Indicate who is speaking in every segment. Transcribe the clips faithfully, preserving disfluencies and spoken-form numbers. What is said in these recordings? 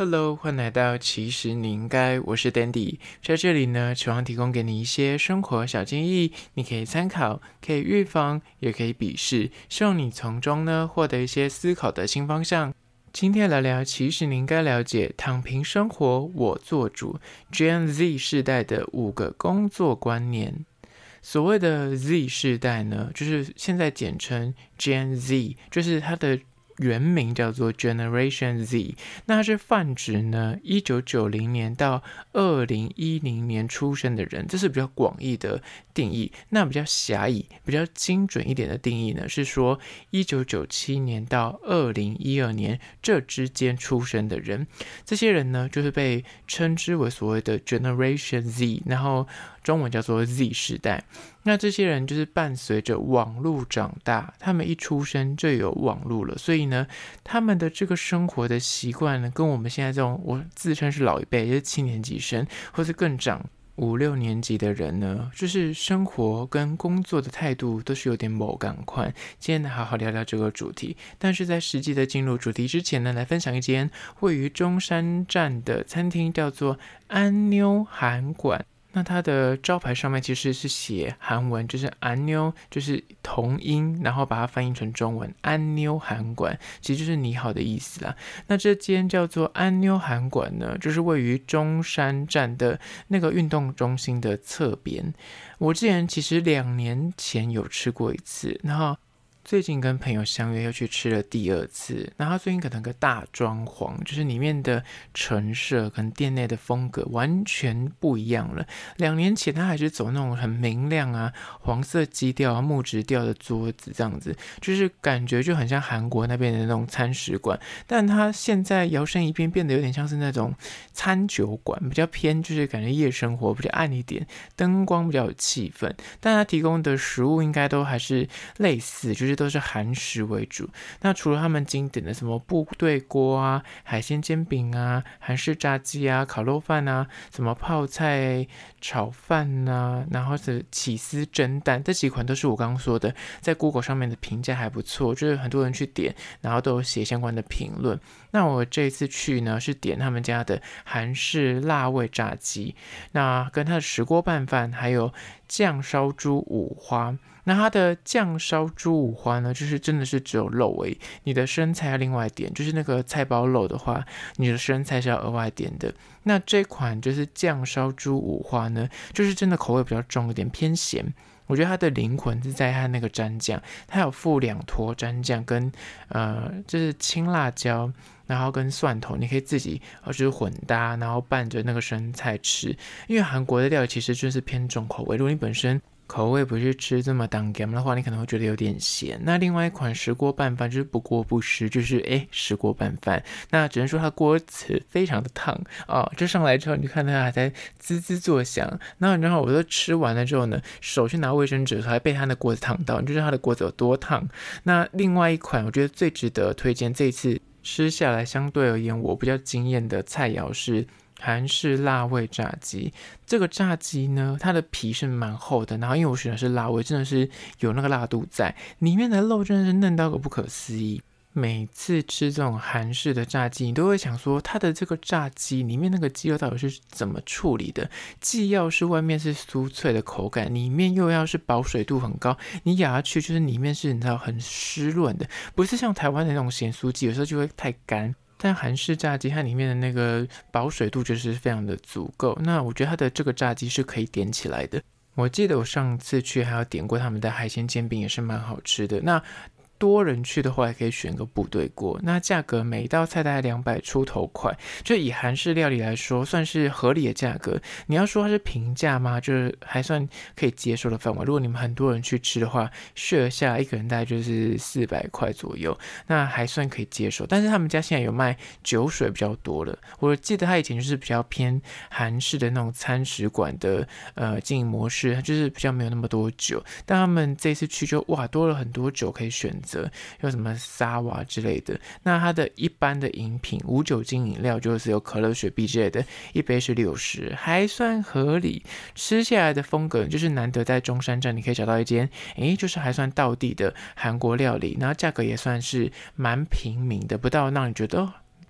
Speaker 1: Hello，欢迎来到其实你应该，我是 Dandy， 在这里呢，希望提供给你一些生活小建议，你可以参考，可以预防，也可以鄙视，希望你从中呢获得一些思考的新方向。今天来聊，其实你应该了解躺平生活我做主 Gen Z 世代的五个工作观念。所谓的 Z 世代呢，就是现在简称 Gen Z， 就是它的原名叫做 Generation Z， 那它是泛指呢一九九零年到二零一零年出生的人，这是比较广义的定义。那比较狭义比较精准一点的定义呢，是说一九九七年到二零一二年这之间出生的人，这些人呢就是被称之为所谓的 Generation Z， 然后中文叫做 Z 世代。那这些人就是伴随着网络长大，他们一出生就有网络了，所以呢他们的这个生活的习惯呢，跟我们现在这种我自称是老一辈，就是七年级生或是更长五六年级的人呢，就是生活跟工作的态度都是有点某感快。今天呢好好聊聊这个主题，但是在实际的进入主题之前呢，来分享一间位于中山站的餐厅，叫做安妞韩馆。那它的招牌上面其实是写韩文，就是安妞，就是同音，然后把它翻译成中文安妞韩馆，其实就是你好的意思啦。那这间叫做安妞韩馆呢，就是位于中山站的那个运动中心的侧边。我之前其实两年前有吃过一次，然后最近跟朋友相约又去吃了第二次，然后最近可能个大装潢，就是里面的陈设跟店内的风格完全不一样了。两年前他还是走那种很明亮啊黄色基调啊木质调的桌子，这样子就是感觉就很像韩国那边的那种餐食馆，但他现在摇身一变变得有点像是那种餐酒馆，比较偏就是感觉夜生活比较暗一点，灯光比较有气氛，但他提供的食物应该都还是类似，就是都是韩食为主。那除了他们经典的什么部队锅啊、海鲜煎饼啊、韩式炸鸡啊、烤肉饭啊、什么泡菜炒饭啊，然后是起司蒸蛋，这几款都是我刚刚说的，在 Google 上面的评价还不错，就是很多人去点，然后都有写相关的评论。那我这一次去呢，是点他们家的韩式辣味炸鸡，那跟它的石锅拌饭，还有酱烧猪五花。那它的酱烧猪五花呢，就是真的是只有肉而已，你的生菜要另外点，就是那个菜包肉的话，你的生菜是要额外点的。那这款就是酱烧猪五花呢，就是真的口味比较重一点，偏咸。我觉得它的灵魂是在它那个蘸酱，它有附两坨蘸酱跟呃就是青辣椒，然后跟蒜头，你可以自己呃就是混搭，然后拌着那个生菜吃。因为韩国的料理其实就是偏重口味，如果你本身口味不是吃这么当 game 的话，你可能会觉得有点咸。那另外一款石锅拌饭就是不过不失，就是诶石锅拌饭，那只能说它锅子非常的烫哦，就上来之后你就看它还在滋滋作响。那然后我都吃完了之后呢，手去拿卫生纸的时候还被它的锅子烫到，你就知道它的锅子有多烫。那另外一款我觉得最值得推荐，这一次吃下来相对而言我比较惊艳的菜肴是韩式辣味炸鸡。这个炸鸡呢，它的皮是蛮厚的，然后因为我选的是辣味，真的是有那个辣度在，里面的肉真的是嫩到个不可思议。每次吃这种韩式的炸鸡，你都会想说它的这个炸鸡里面那个鸡肉到底是怎么处理的，既要是外面是酥脆的口感，里面又要是保水度很高，你咬下去就是里面是你知道很湿润的，不是像台湾的那种咸酥鸡有时候就会太干，但韩式炸鸡它里面的那个保水度就是非常的足够。那我觉得它的这个炸鸡是可以点起来的。我记得我上次去还有点过他们的海鲜煎饼，也是蛮好吃的。那多人去的话还可以选个部队锅，那价格每一道菜大概两百出头块，就以韩式料理来说算是合理的价格。你要说它是平价吗？就是还算可以接受的范围。如果你们很多人去吃的话，share下一个人大概就是四百块左右，那还算可以接受。但是他们家现在有卖酒水比较多了，我记得他以前就是比较偏韩式的那种餐食馆的呃经营模式，就是比较没有那么多酒，但他们这次去就哇多了很多酒可以选择，有什么沙瓦之类的。那它的一般的饮品无酒精饮料就是有可乐、雪碧之类的，一杯是六十，还算合理。吃下来的风格就是难得在中山站你可以找到一间诶就是还算道地的韩国料理，然后价格也算是蛮平民的，不到让你觉得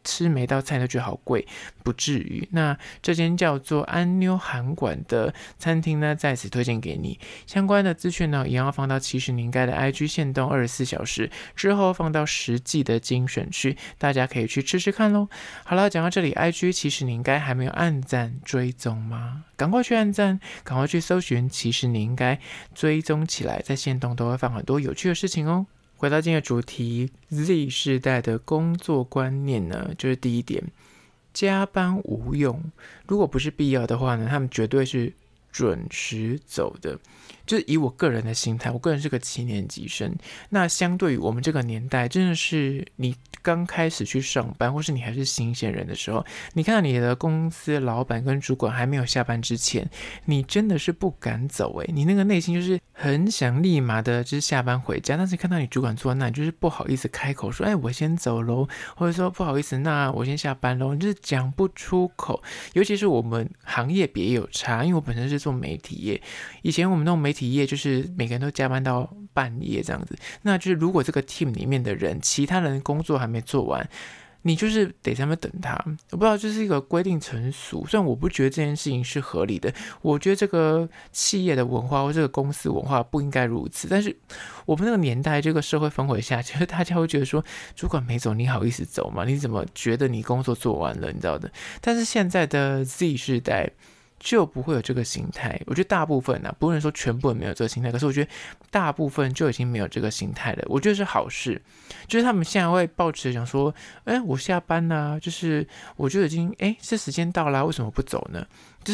Speaker 1: 吃每道菜都觉得好贵，不至于。那这间叫做安妞韩馆的餐厅呢，在此推荐给你。相关的资讯呢，也要放到其实你应该的 I G 限动二十四小时之后，放到实际的精选区，大家可以去吃吃看咯。好了，讲到这里 I G 其实你应该还没有按赞追踪吗？赶快去按赞，赶快去搜寻，其实你应该追踪起来，在限动都会放很多有趣的事情哦。回到今天的主题 Z 世代的工作观念呢，就是第一点，加班无用，如果不是必要的话呢，他们绝对是准时走的。就是以我个人的心态，我个人是个七年级生，那相对于我们这个年代，真的是你刚开始去上班，或是你还是新鲜人的时候，你看到你的公司老板跟主管还没有下班之前，你真的是不敢走诶，你那个内心就是很想立马的就是下班回家，但是看到你主管坐那，你就是不好意思开口说，哎，我先走咯，或者说不好意思，那我先下班咯，你就是讲不出口。尤其是我们行业别有差，因为我本身是做媒体业，以前我们那种媒体业就是每个人都加班到半夜这样子，那就是如果这个 team 里面的人其他人工作还没做完，你就是得在那边等他。我不知道这是一个规定成熟，虽然我不觉得这件事情是合理的，我觉得这个企业的文化或这个公司文化不应该如此，但是我们那个年代这个社会氛围下，其实大家会觉得说主管没走你好意思走吗？你怎么觉得你工作做完了，你知道的。但是现在的 Z 世代就不会有这个心态，我觉得大部分啊，不能说全部人没有这个心态，可是我觉得大部分就已经没有这个心态了，我觉得是好事。就是他们现在会抱持想说，哎，我下班啦、啊，就是我就已经哎，这时间到啦，为什么不走呢？就是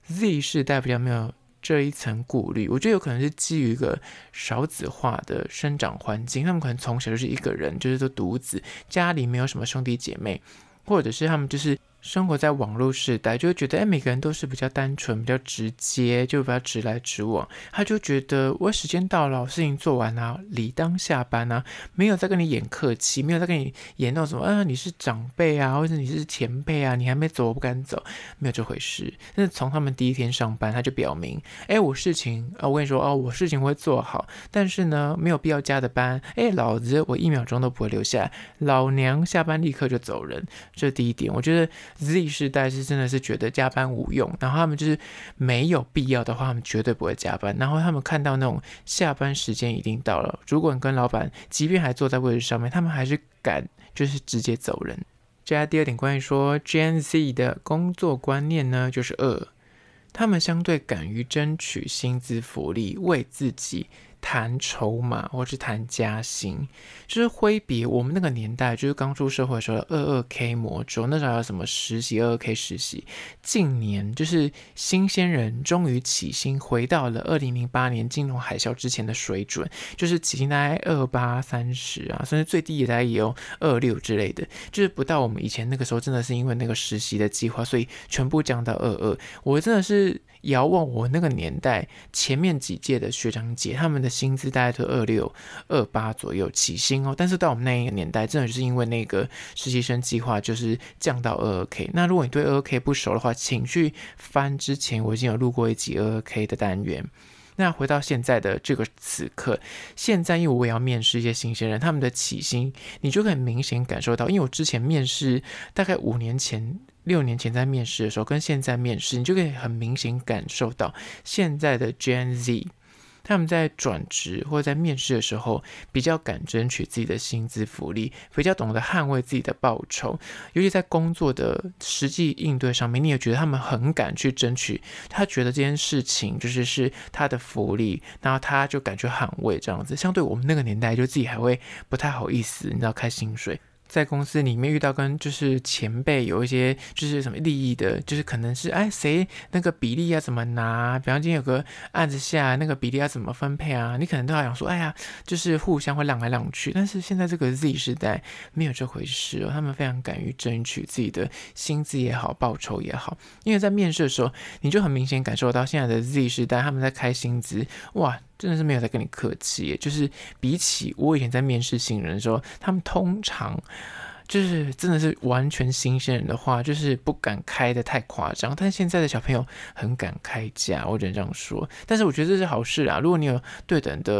Speaker 1: Z 世代比较没有这一层顾虑，我觉得有可能是基于一个少子化的生长环境，他们可能从小就是一个人，就是都独子，家里没有什么兄弟姐妹，或者是他们就是生活在网络时代，就会觉得哎，每个人都是比较单纯、比较直接，就比较直来直往。他就觉得我时间到了，事情做完啊，理当下班啊，没有再跟你演客气，没有再跟你演那种什么啊，你是长辈啊，或者你是前辈啊，你还没走，我不敢走，没有这回事。但是从他们第一天上班，他就表明，哎，我事情啊，我跟你说哦，我事情会做好，但是呢，没有必要加的班，哎，老子我一秒钟都不会留下来，老娘下班立刻就走人。这是第一点，我觉得。Z 世代是真的是觉得加班无用，然后他们就是没有必要的话，他们绝对不会加班。然后他们看到那种下班时间已经到了，主管跟老板即便还坐在位置上面，他们还是敢就是直接走人。接下来第二点，关于说 Gen Z 的工作观念呢，就是二，他们相对敢于争取薪资福利，为自己谈筹码或是谈加薪，就是挥别我们那个年代，就是刚出社会的时候的 二二 K 魔咒，那时候有什么实习 二二 K 实习，近年就是新鲜人终于起薪回到了二零零八年金融海啸之前的水准，就是起薪大概二八三十啊，甚至最低也大概也有二六之类的，就是不到我们以前那个时候真的是因为那个实习的计划，所以全部降到二二。我真的是遥望我那个年代前面几届的学长姐，他们的薪资大概都二六二八左右起薪哦，但是到我们那一个年代，真的就是因为那个实习生计划就是降到二二 K。那如果你对二二 K 不熟的话，请去翻之前我已经有录过一集二二 K 的单元。那回到现在的这个此刻，现在因为我也要面试一些新鲜人，他们的起薪你就可以明显感受到，因为我之前面试大概五年前六年前在面试的时候跟现在面试，你就可以很明显感受到现在的 Gen Z他们在转职或者在面试的时候比较敢争取自己的薪资福利，比较懂得捍卫自己的报酬，尤其在工作的实际应对上面，你也觉得他们很敢去争取，他觉得这件事情就是是他的福利，然后他就敢去捍卫这样子。相对我们那个年代就自己还会不太好意思，你知道开薪水，在公司里面遇到跟就是前辈有一些就是什么利益的，就是可能是哎谁那个比例要怎么拿，比方今天有个案子下那个比例要怎么分配啊，你可能都要想说哎呀就是互相会让来让去。但是现在这个 Z 时代没有这回事哦，他们非常敢于争取自己的薪资也好报酬也好，因为在面试的时候你就很明显感受到现在的 Z 时代他们在开薪资，哇真的是没有在跟你客气，就是比起我以前在面试新人的时候，他们通常就是真的是完全新鲜人的话，就是不敢开的太夸张，但是现在的小朋友很敢开价，我只能这样说。但是我觉得这是好事啊，如果你有对等的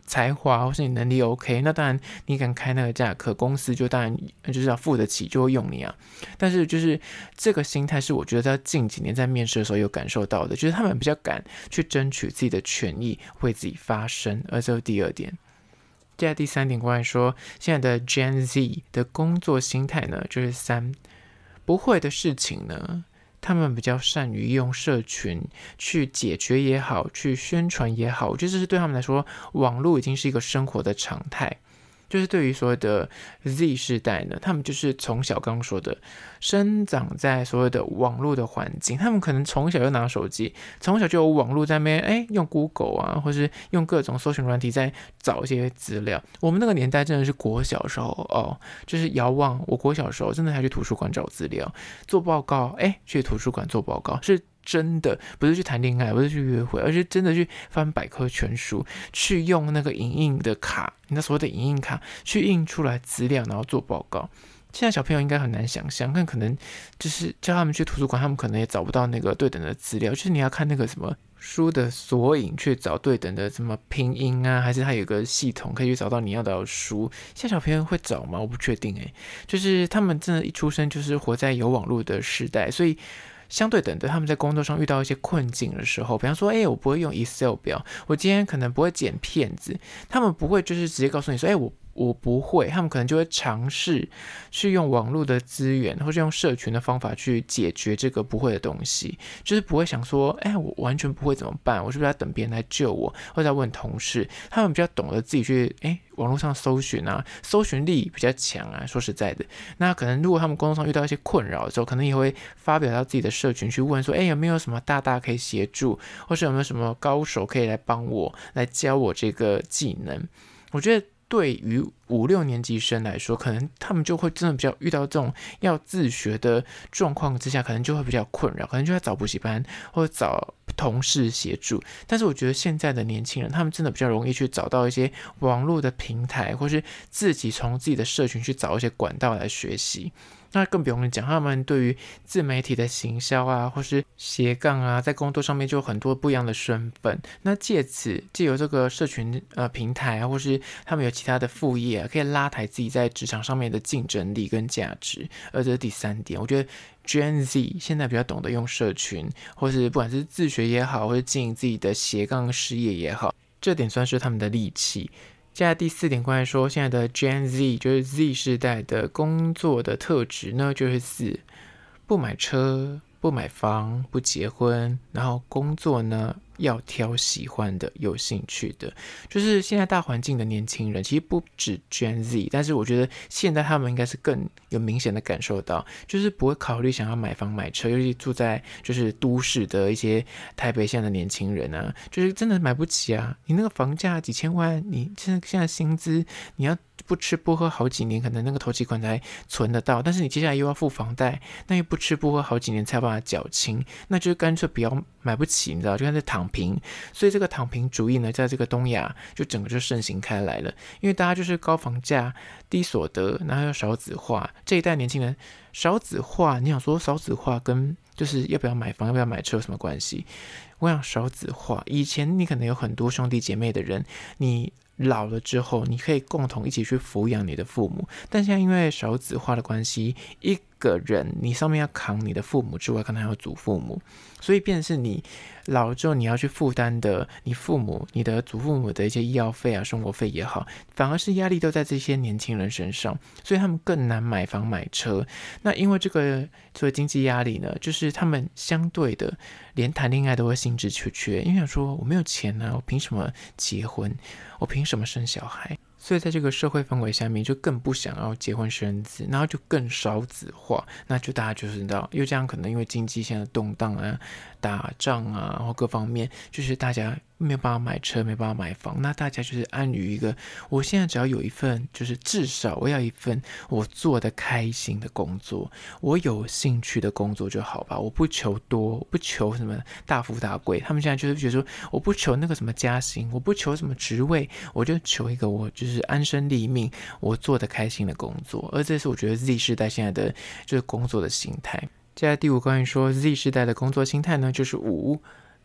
Speaker 1: 才华或是你能力 OK， 那当然你敢开那个价格，公司就当然就是要付得起，就会用你啊。但是就是这个心态是我觉得在近几年在面试的时候有感受到的，就是他们比较敢去争取自己的权益，为自己发声，而这是第二点。接下来第三点，关于说现在的 Gen Z 的工作心态呢，就是三，不会的事情呢，他们比较善于用社群去解决也好，去宣传也好，我觉得这是对他们来说，网络已经是一个生活的常态。就是对于所谓的 Z 世代呢，他们就是从小刚刚说的生长在所谓的网络的环境，他们可能从小就拿手机，从小就有网络在那边，哎，用 Google 啊，或是用各种搜寻软体在找一些资料。我们那个年代真的是国小时候哦，就是遥望我国小时候真的还去图书馆找资料，做报告，哎，去图书馆做报告是。真的不是去谈恋爱，不是去约会，而是真的去翻百科全书，去用那个影印的卡，你那所谓的影印卡去印出来资料，然后做报告。现在小朋友应该很难想象，但可能就是叫他们去图书馆，他们可能也找不到那个对等的资料，就是你要看那个什么书的索引去找对等的什么拼音啊，还是它有个系统可以去找到你要的书。现在小朋友会找吗？我不确定哎，就是他们真的一出生就是活在有网络的时代，所以。相对等的，他们在工作上遇到一些困境的时候，比方说，哎、欸，我不会用 Excel 表，我今天可能不会剪片子，他们不会就是直接告诉你说，哎、欸，我我不会，他们可能就会尝试去用网络的资源，或是用社群的方法去解决这个不会的东西，就是不会想说，哎、欸，我完全不会怎么办？我是不是要等别人来救我，或者要问同事？他们比较懂得自己去，哎、欸。网络上搜寻啊，搜寻力比较强啊。说实在的，那可能如果他们工作上遇到一些困扰的时候，可能也会发表到自己的社群去问说，哎，有没有什么大大可以协助，或是有没有什么高手可以来帮我，来教我这个技能？我觉得。对于五六年级生来说，可能他们就会真的比较遇到这种要自学的状况之下，可能就会比较困扰，可能就要找补习班或者找同事协助。但是我觉得现在的年轻人，他们真的比较容易去找到一些网络的平台，或是自己从自己的社群去找一些管道来学习。那更不用讲，他们对于自媒体的行销啊，或是斜杠啊，在工作上面就有很多不一样的身份。那借此借由这个社群呃平台啊，或是他们有其他的副业啊，可以拉抬自己在职场上面的竞争力跟价值。而这是第三点，我觉得 Gen Z 现在比较懂得用社群，或是不管是自学也好，或是经营自己的斜杠事业也好，这点算是他们的利器。接下来第四点，关于说现在的 Gen Z 就是 Z 世代的工作的特质呢，就是四，不买车，不买房，不结婚，然后工作呢要挑喜欢的、有兴趣的。就是现在大环境的年轻人，其实不止 Gen Z， 但是我觉得现在他们应该是更有明显的感受到，就是不会考虑想要买房买车，尤其住在就是都市的一些台北县的年轻人啊，就是真的买不起啊！你那个房价几千万，你现在现在薪资，你要不吃不喝好几年，可能那个头期款才存得到，但是你接下来又要付房贷，那又不吃不喝好几年才有办法缴清，那就是干脆不要买不起，你知道，就干脆躺平。所以这个躺平主义呢，在这个东亚就整个就盛行开来了，因为大家就是高房价、低所得，然后又少子化，这一代年轻人少子化，你想说少子化跟就是要不要买房、要不要买车有什么关系？我想少子化，以前你可能有很多兄弟姐妹的人，你老了之后，你可以共同一起去抚养你的父母，但现在因为少子化的关系，一个人你上面要扛你的父母之外，可能还有祖父母，所以变成是你老了之后你要去负担的，你父母、你的祖父母的一些医药费啊、生活费也好，反而是压力都在这些年轻人身上，所以他们更难买房买车。那因为这个所谓经济压力呢，就是他们相对的连谈恋爱都会兴致缺缺，因为想说我没有钱啊，我凭什么结婚？我凭什么生小孩？所以在这个社会氛围下面，就更不想要结婚生子，然后就更少子化，那就大家就是知道，因为这样可能因为经济现在动荡啊、打仗啊，然后各方面，就是大家没有办法买车，没办法买房，那大家就是安于一个，我现在只要有一份，就是至少我要一份我做的开心的工作，我有兴趣的工作就好吧，我不求多，我不求什么大富大贵，他们现在就是觉得说，我不求那个什么加薪，我不求什么职位，我就求一个我就是安身立命，我做的开心的工作，而这是我觉得 Z 世代现在的就是工作的心态。接下来第五，关于说 Z 世代的工作心态呢，就是五，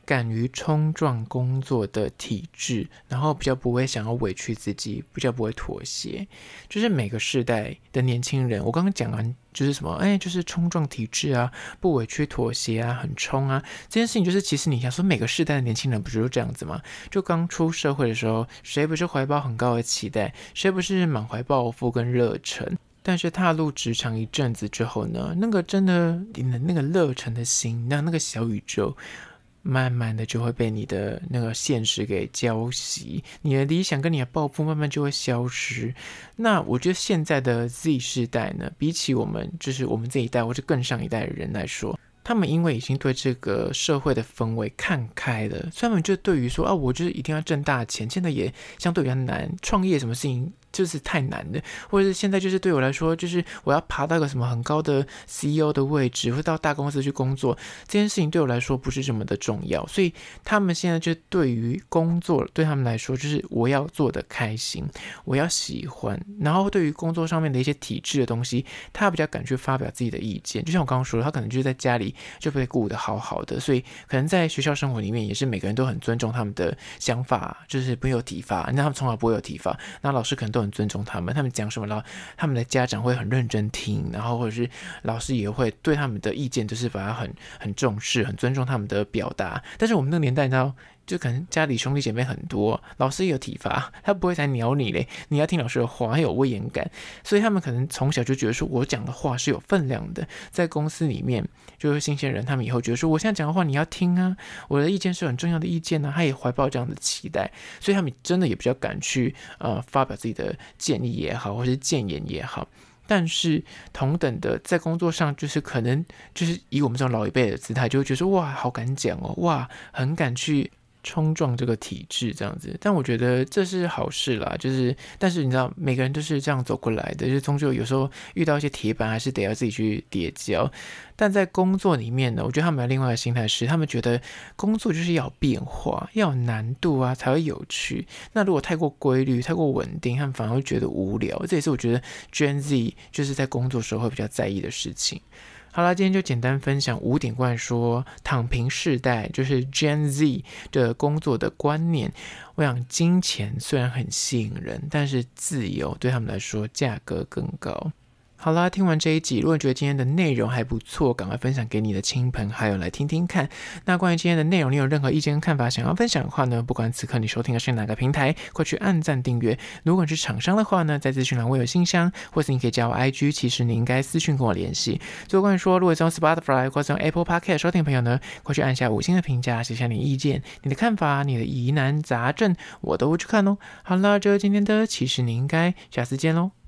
Speaker 1: 敢于冲撞工作的体制，然后比较不会想要委屈自己，比较不会妥协。就是每个世代的年轻人，我刚刚讲完就是什么，哎，就是冲撞体制啊，不委屈妥协啊，很冲啊，这件事情就是其实你想说每个世代的年轻人不是都这样子吗？就刚出社会的时候，谁不是怀抱很高的期待，谁不是满怀抱负跟热忱？但是踏入职场一阵子之后呢，那个真的你的那个热忱的心，那那个小宇宙慢慢的就会被你的那个现实给浇熄，你的理想跟你的抱负慢慢就会消失。那我觉得现在的 Z 世代呢，比起我们就是我们这一代或者更上一代的人来说，他们因为已经对这个社会的氛围看开了，所以他们就对于说啊，我就是一定要挣大钱，现在也相对比较难，创业什么事情就是太难了，或者是现在就是对我来说，就是我要爬到一个什么很高的 C E O 的位置，或到大公司去工作，这件事情对我来说不是这么的重要，所以他们现在就对于工作对他们来说，就是我要做的开心，我要喜欢，然后对于工作上面的一些体制的东西，他比较敢去发表自己的意见。就像我刚刚说的，他可能就是在家里就被顾得好好的，所以可能在学校生活里面也是每个人都很尊重他们的想法，就是不会有体罚，那他们从来不会有体罚，那老师可能都很尊重他们，他们讲什么了，他们的家长会很认真听，然后或者是老师也会对他们的意见就是把它很很重视，很尊重他们的表达。但是我们那个年代你知道，就可能家里兄弟姐妹很多，老师也有体罚，他不会才鸟你嘞，你要听老师的话，很有威严感，所以他们可能从小就觉得说我讲的话是有分量的。在公司里面就是新鲜人，他们以后觉得说我现在讲的话你要听啊，我的意见是很重要的意见啊，他也怀抱这样的期待，所以他们真的也比较敢去呃发表自己的建议也好，或是建言也好。但是同等的在工作上，就是可能就是以我们这种老一辈的姿态，就会觉得说哇好敢讲哦，哇很敢去冲撞这个体制这样子。但我觉得这是好事啦，就是但是你知道每个人都是这样走过来的，就是终究有时候遇到一些铁板还是得要自己去叠交。但在工作里面呢，我觉得他们有另外一个心态是，他们觉得工作就是要有变化，要有难度啊才会有趣。那如果太过规律太过稳定，他们反而会觉得无聊，这也是我觉得 Gen Z 就是在工作时候会比较在意的事情。好啦，今天就简单分享五点关于说躺平世代就是 Gen Z 的工作的观念。我想金钱虽然很吸引人，但是自由对他们来说价格更高。好啦，听完这一集，如果你觉得今天的内容还不错，赶快分享给你的亲朋好友来听听看。那关于今天的内容，你有任何意见跟看法想要分享的话呢，不管此刻你收听的是哪个平台，快去按赞订阅。如果你是厂商的话呢，在资讯栏我有信箱，或是你可以加我 I G， 其实你应该私讯跟我联系。最后关于说，如果是用 Spotify 或是用 Apple Podcast 收听的朋友呢，快去按下五星的评价，写下你的意见、你的看法、你的疑难杂症，我都会去看哦。好啦，这是今天的其实你应该，下次见咯。